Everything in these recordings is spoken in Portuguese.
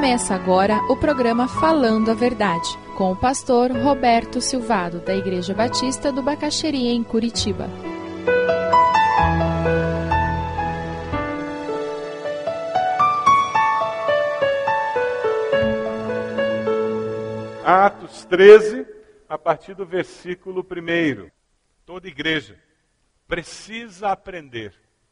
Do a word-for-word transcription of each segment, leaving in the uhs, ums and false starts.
Começa agora o programa Falando a Verdade, com o pastor Roberto Silvado, da Igreja Batista do Bacaxeria, em Curitiba. Atos treze, a partir do versículo primeiro. Toda igreja precisa aprender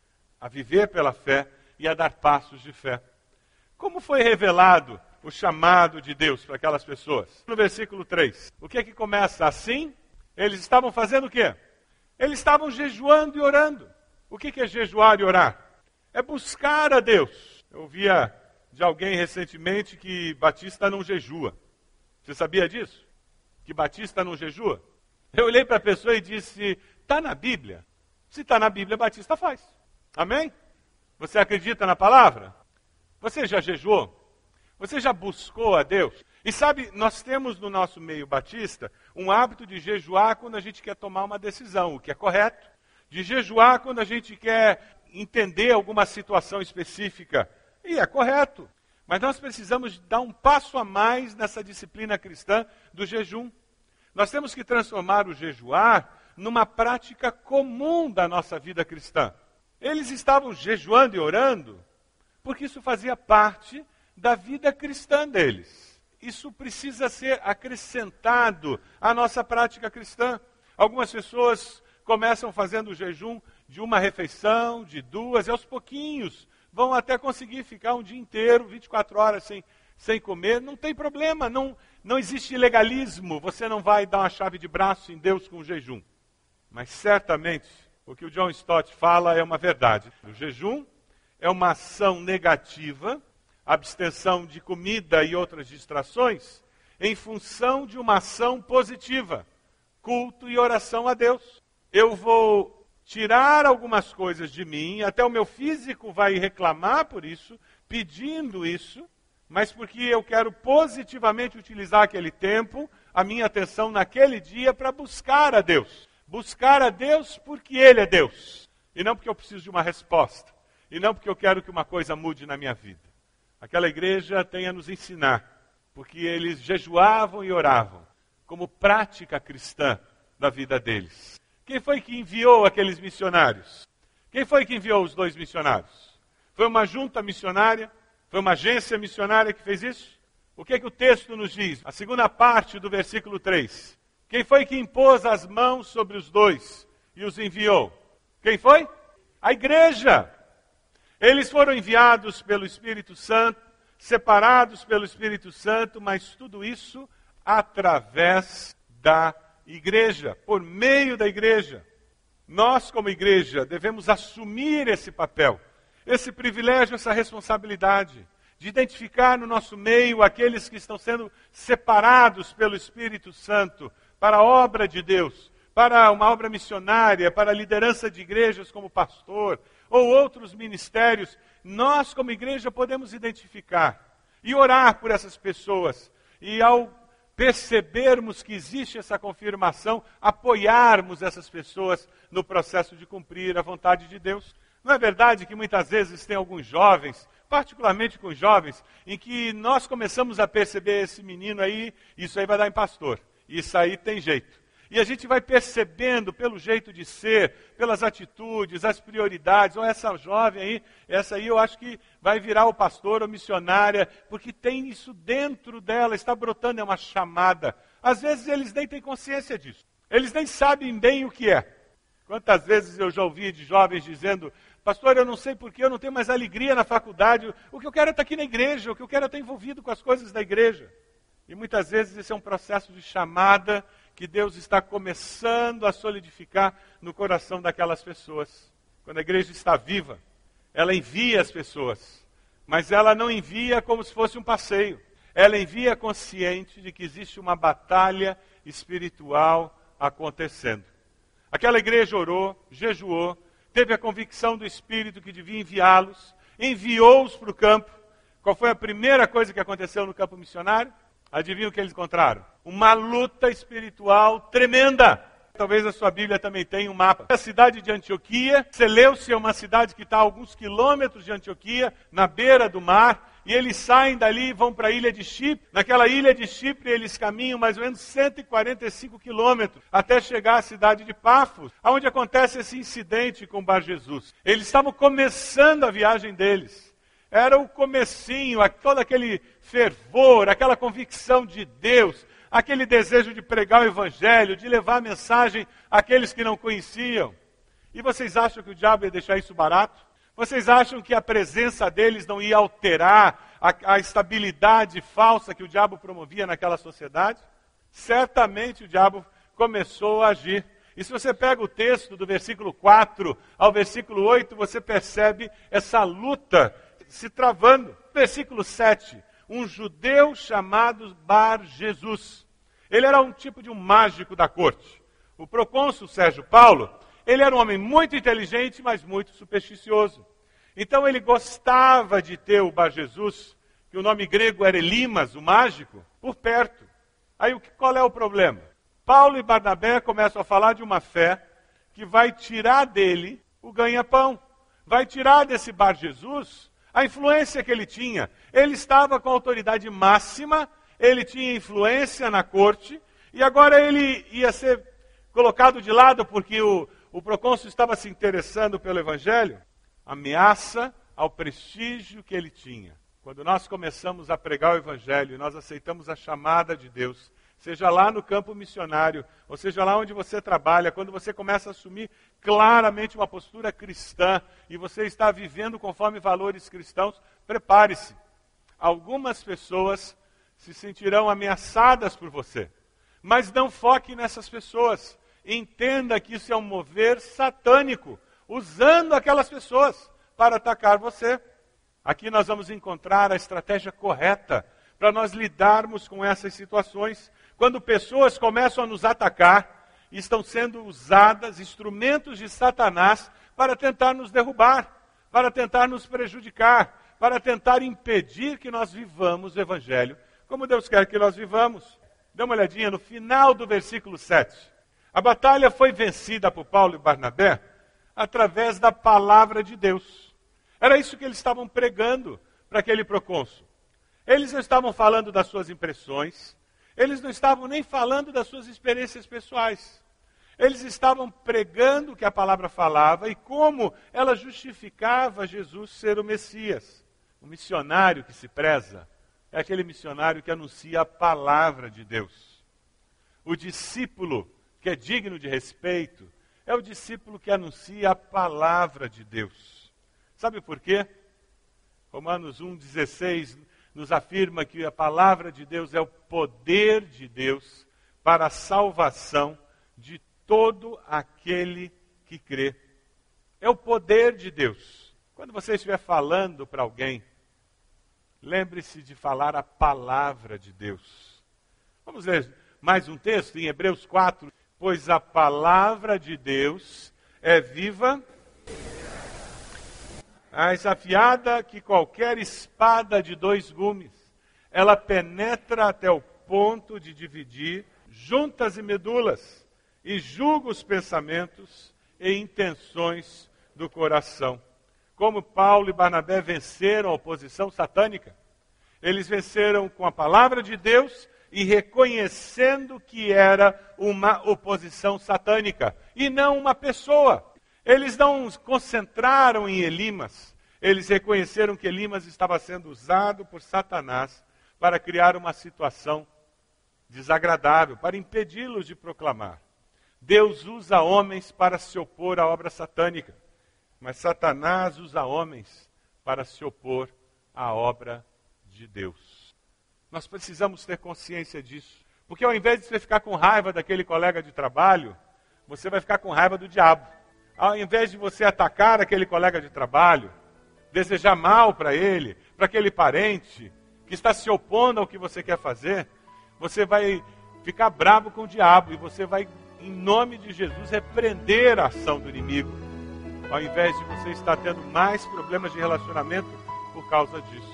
a viver pela fé e a dar passos de fé. Como foi revelado o chamado de Deus para aquelas pessoas? No versículo três, o que é que começa? Assim, eles estavam fazendo o quê? Eles estavam jejuando e orando. O que é jejuar e orar? É buscar a Deus. Eu ouvia de alguém recentemente que batista não jejua. Você sabia disso? Que batista não jejua? Eu olhei para a pessoa e disse, está na Bíblia? Se está na Bíblia, batista faz. Amém? Você acredita na palavra? Você já jejuou? Você já buscou a Deus? E sabe, nós temos no nosso meio batista um hábito de jejuar quando a gente quer tomar uma decisão, o que é correto. De jejuar quando a gente quer entender alguma situação específica, e é correto. Mas nós precisamos dar um passo a mais nessa disciplina cristã do jejum. Nós temos que transformar o jejuar numa prática comum da nossa vida cristã. Eles estavam jejuando e orando porque isso fazia parte da vida cristã deles. Isso precisa ser acrescentado à nossa prática cristã. Algumas pessoas começam fazendo o jejum de uma refeição, de duas, e aos pouquinhos vão até conseguir ficar um dia inteiro, vinte e quatro horas sem, sem comer. Não tem problema, não, não existe legalismo. Você não vai dar uma chave de braço em Deus com o jejum. Mas certamente o que o John Stott fala é uma verdade. O jejum é uma ação negativa, abstenção de comida e outras distrações, em função de uma ação positiva, culto e oração a Deus. Eu vou tirar algumas coisas de mim, até o meu físico vai reclamar por isso, pedindo isso, mas porque eu quero positivamente utilizar aquele tempo, a minha atenção naquele dia para buscar a Deus. Buscar a Deus porque Ele é Deus, e não porque eu preciso de uma resposta. E não porque eu quero que uma coisa mude na minha vida. Aquela igreja tem a nos ensinar, porque eles jejuavam e oravam, como prática cristã da vida deles. Quem foi que enviou aqueles missionários? Quem foi que enviou os dois missionários? Foi uma junta missionária? Foi uma agência missionária que fez isso? O que é que o texto nos diz? A segunda parte do versículo três. Quem foi que impôs as mãos sobre os dois e os enviou? Quem foi? A igreja. Eles foram enviados pelo Espírito Santo, separados pelo Espírito Santo, mas tudo isso através da igreja, por meio da igreja. Nós, como igreja, devemos assumir esse papel, esse privilégio, essa responsabilidade de identificar no nosso meio aqueles que estão sendo separados pelo Espírito Santo para a obra de Deus, para uma obra missionária, para a liderança de igrejas como pastor, ou outros ministérios. Nós, como igreja, podemos identificar e orar por essas pessoas. E ao percebermos que existe essa confirmação, apoiarmos essas pessoas no processo de cumprir a vontade de Deus. Não é verdade que muitas vezes tem alguns jovens, particularmente com jovens, em que nós começamos a perceber esse menino aí, isso aí vai dar em pastor, isso aí tem jeito. E a gente vai percebendo pelo jeito de ser, pelas atitudes, as prioridades. Ou essa jovem aí, essa aí eu acho que vai virar o pastor ou missionária, porque tem isso dentro dela, está brotando, é uma chamada. Às vezes eles nem têm consciência disso. Eles nem sabem bem o que é. Quantas vezes eu já ouvi de jovens dizendo, pastor, eu não sei porquê, eu não tenho mais alegria na faculdade, o que eu quero é estar aqui na igreja, o que eu quero é estar envolvido com as coisas da igreja. E muitas vezes esse é um processo de chamada que Deus está começando a solidificar no coração daquelas pessoas. Quando a igreja está viva, ela envia as pessoas, mas ela não envia como se fosse um passeio. Ela envia consciente de que existe uma batalha espiritual acontecendo. Aquela igreja orou, jejuou, teve a convicção do Espírito que devia enviá-los, enviou-os para o campo. Qual foi a primeira coisa que aconteceu no campo missionário? Adivinha o que eles encontraram? Uma luta espiritual tremenda. Talvez a sua Bíblia também tenha um mapa. A cidade de Antioquia, Seleucia é uma cidade que está a alguns quilômetros de Antioquia, na beira do mar, e eles saem dali e vão para a ilha de Chipre. Naquela ilha de Chipre, eles caminham mais ou menos cento e quarenta e cinco quilômetros até chegar à cidade de Pafos, onde acontece esse incidente com Bar Jesus. Eles estavam começando a viagem deles. Era o comecinho, todo aquele fervor, aquela convicção de Deus, aquele desejo de pregar o evangelho, de levar a mensagem àqueles que não conheciam. E vocês acham que o diabo ia deixar isso barato? Vocês acham que a presença deles não ia alterar a, a estabilidade falsa que o diabo promovia naquela sociedade? Certamente o diabo começou a agir. E se você pega o texto do versículo quatro ao versículo oito, você percebe essa luta se travando. Versículo sete, um judeu chamado Bar Jesus. Ele era um tipo de um mágico da corte. O procônsul Sérgio Paulo, ele era um homem muito inteligente, mas muito supersticioso. Então ele gostava de ter o Bar Jesus, que o nome grego era Elimas, o mágico, por perto. Aí qual é o problema? Paulo e Barnabé começam a falar de uma fé que vai tirar dele o ganha-pão. Vai tirar desse Bar Jesus a influência que ele tinha. Ele estava com a autoridade máxima, ele tinha influência na corte, e agora ele ia ser colocado de lado porque o O procônsul estava se interessando pelo evangelho, ameaça ao prestígio que ele tinha. Quando nós começamos a pregar o evangelho, nós aceitamos a chamada de Deus, seja lá no campo missionário, ou seja lá onde você trabalha, quando você começa a assumir claramente uma postura cristã, e você está vivendo conforme valores cristãos, prepare-se. Algumas pessoas se sentirão ameaçadas por você, mas não foque nessas pessoas. Entenda que isso é um mover satânico, usando aquelas pessoas para atacar você. Aqui nós vamos encontrar a estratégia correta para nós lidarmos com essas situações. Quando pessoas começam a nos atacar, estão sendo usadas instrumentos de Satanás para tentar nos derrubar, para tentar nos prejudicar, para tentar impedir que nós vivamos o evangelho como Deus quer que nós vivamos. Dê uma olhadinha no final do versículo sete. A batalha foi vencida por Paulo e Barnabé através da palavra de Deus. Era isso que eles estavam pregando para aquele procônsul. Eles não estavam falando das suas impressões, eles não estavam nem falando das suas experiências pessoais. Eles estavam pregando o que a palavra falava e como ela justificava Jesus ser o Messias. O missionário que se preza é aquele missionário que anuncia a palavra de Deus. O discípulo que é digno de respeito, é o discípulo que anuncia a palavra de Deus. Sabe por quê? Romanos um, dezesseis nos afirma que a palavra de Deus é o poder de Deus para a salvação de todo aquele que crê. É o poder de Deus. Quando você estiver falando para alguém, lembre-se de falar a palavra de Deus. Vamos ler mais um texto em Hebreus quatro. Pois a palavra de Deus é viva, mais afiada que qualquer espada de dois gumes. Ela penetra até o ponto de dividir juntas e medulas, e julga os pensamentos e intenções do coração. Como Paulo e Barnabé venceram a oposição satânica, eles venceram com a palavra de Deus e reconhecendo que era uma oposição satânica, e não uma pessoa. Eles não concentraram em Elimas, eles reconheceram que Elimas estava sendo usado por Satanás para criar uma situação desagradável, para impedi-los de proclamar. Deus usa homens para se opor à obra satânica, mas Satanás usa homens para se opor à obra de Deus. Nós precisamos ter consciência disso. Porque ao invés de você ficar com raiva daquele colega de trabalho, você vai ficar com raiva do diabo. Ao invés de você atacar aquele colega de trabalho, desejar mal para ele, para aquele parente que está se opondo ao que você quer fazer, você vai ficar bravo com o diabo e você vai, em nome de Jesus, repreender a ação do inimigo. Ao invés de você estar tendo mais problemas de relacionamento por causa disso.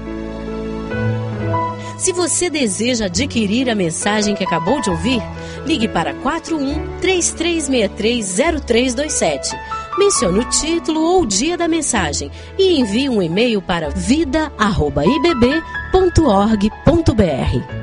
Se você deseja adquirir a mensagem que acabou de ouvir, ligue para quatro um, três três seis três, zero três dois sete. mencione o título ou o dia da mensagem e envie um e-mail para vida arroba i b b ponto org ponto b r.